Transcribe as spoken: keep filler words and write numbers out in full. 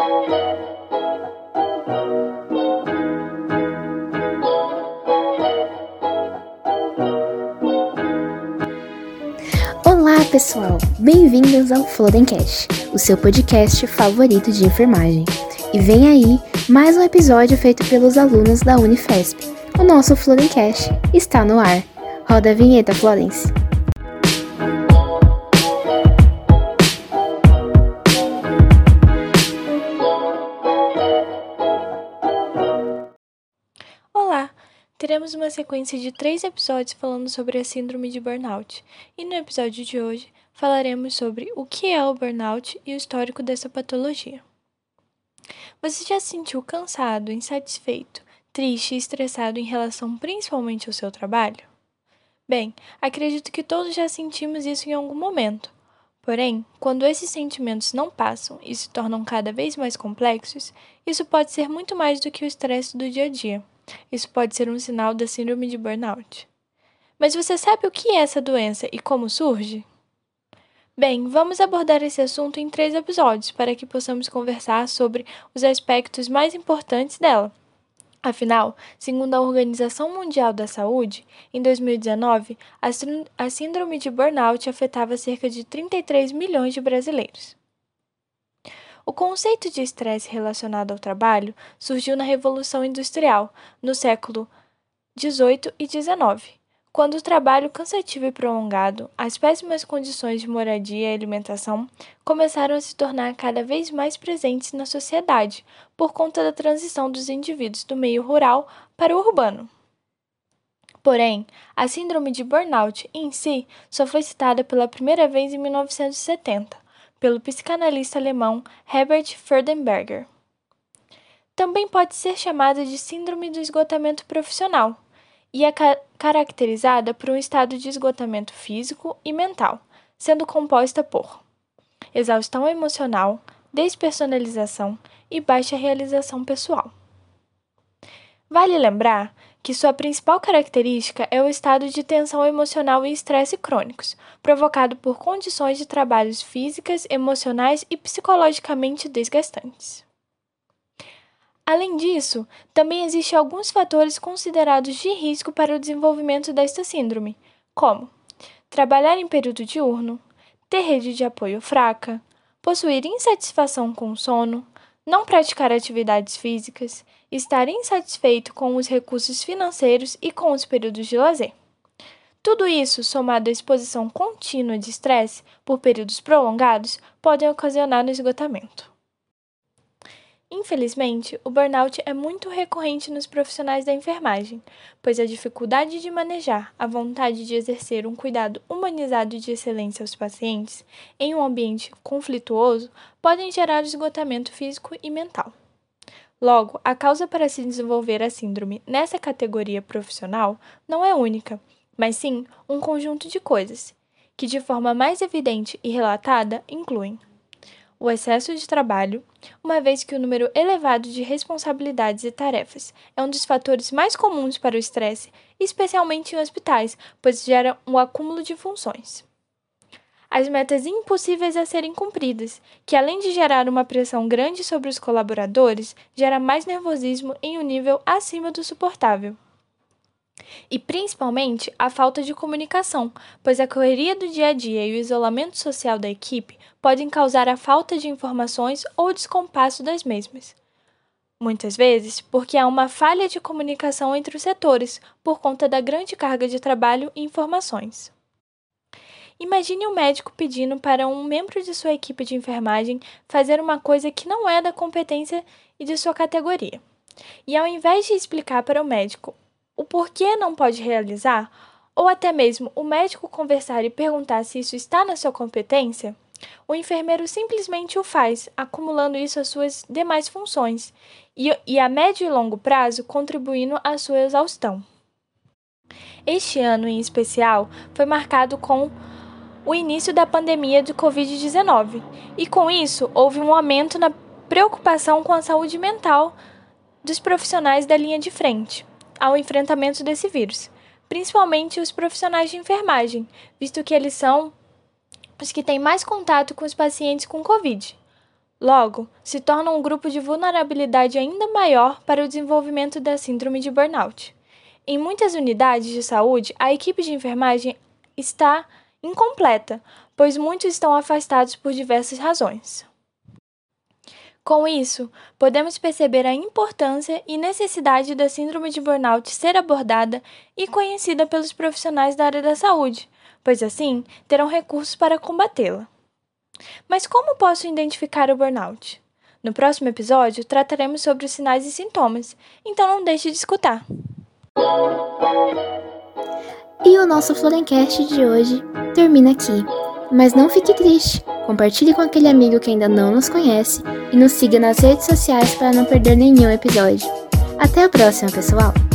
Olá pessoal, bem-vindos ao Flodencast, o seu podcast favorito de enfermagem. E vem aí mais um episódio feito pelos alunos da Unifesp. O nosso Flodencast está no ar. Roda a vinheta, Florence. Olá! Teremos uma sequência de três episódios falando sobre a síndrome de burnout. E no episódio de hoje falaremos sobre o que é o burnout e o histórico dessa patologia. Você já se sentiu cansado, insatisfeito, triste e estressado em relação principalmente ao seu trabalho? Bem, acredito que todos já sentimos isso em algum momento. Porém, quando esses sentimentos não passam e se tornam cada vez mais complexos, isso pode ser muito mais do que o estresse do dia a dia. Isso pode ser um sinal da síndrome de burnout. Mas você sabe o que é essa doença e como surge? Bem, vamos abordar esse assunto em três episódios para que possamos conversar sobre os aspectos mais importantes dela. Afinal, segundo a Organização Mundial da Saúde, em dois mil e dezenove, a síndrome de burnout afetava cerca de trinta e três milhões de brasileiros. O conceito de estresse relacionado ao trabalho surgiu na Revolução Industrial, no século dezoito e dezenove, quando o trabalho cansativo e prolongado, as péssimas condições de moradia e alimentação começaram a se tornar cada vez mais presentes na sociedade, por conta da transição dos indivíduos do meio rural para o urbano. Porém, a síndrome de burnout em si só foi citada pela primeira vez em mil novecentos e setenta. Pelo psicanalista alemão Herbert Freudenberger. Também pode ser chamada de síndrome do esgotamento profissional e é ca- caracterizada por um estado de esgotamento físico e mental, sendo composta por exaustão emocional, despersonalização e baixa realização pessoal. Vale lembrar que sua principal característica é o estado de tensão emocional e estresse crônicos, provocado por condições de trabalhos físicas, emocionais e psicologicamente desgastantes. Além disso, também existem alguns fatores considerados de risco para o desenvolvimento desta síndrome, como trabalhar em período diurno, ter rede de apoio fraca, possuir insatisfação com o sono, não praticar atividades físicas, estar insatisfeito com os recursos financeiros e com os períodos de lazer. Tudo isso, somado à exposição contínua de estresse por períodos prolongados, podem ocasionar o esgotamento. Infelizmente, o burnout é muito recorrente nos profissionais da enfermagem, pois a dificuldade de manejar a vontade de exercer um cuidado humanizado e de excelência aos pacientes em um ambiente conflituoso podem gerar esgotamento físico e mental. Logo, a causa para se desenvolver a síndrome nessa categoria profissional não é única, mas sim um conjunto de coisas, que de forma mais evidente e relatada incluem o excesso de trabalho, uma vez que o número elevado de responsabilidades e tarefas é um dos fatores mais comuns para o estresse, especialmente em hospitais, pois gera um acúmulo de funções. As metas impossíveis a serem cumpridas, que além de gerar uma pressão grande sobre os colaboradores, gera mais nervosismo em um nível acima do suportável. E principalmente a falta de comunicação, pois a correria do dia a dia e o isolamento social da equipe podem causar a falta de informações ou descompasso das mesmas. Muitas vezes porque há uma falha de comunicação entre os setores, por conta da grande carga de trabalho e informações. Imagine um médico pedindo para um membro de sua equipe de enfermagem fazer uma coisa que não é da competência e de sua categoria. E ao invés de explicar para o médico o porquê não pode realizar, ou até mesmo o médico conversar e perguntar se isso está na sua competência, o enfermeiro simplesmente o faz, acumulando isso às suas demais funções e, e a médio e longo prazo contribuindo à sua exaustão. Este ano, em especial, foi marcado com o início da pandemia de covid dezenove, e com isso houve um aumento na preocupação com a saúde mental dos profissionais da linha de frente ao enfrentamento desse vírus, principalmente os profissionais de enfermagem, visto que eles são os que têm mais contato com os pacientes com Covid. Logo, se torna um grupo de vulnerabilidade ainda maior para o desenvolvimento da síndrome de burnout. Em muitas unidades de saúde, a equipe de enfermagem está incompleta, pois muitos estão afastados por diversas razões. Com isso, podemos perceber a importância e necessidade da síndrome de burnout ser abordada e conhecida pelos profissionais da área da saúde, pois assim terão recursos para combatê-la. Mas como posso identificar o burnout? No próximo episódio, trataremos sobre os sinais e sintomas, então não deixe de escutar. E o nosso Florencast de hoje termina aqui. Mas não fique triste, compartilhe com aquele amigo que ainda não nos conhece e nos siga nas redes sociais para não perder nenhum episódio. Até a próxima, pessoal!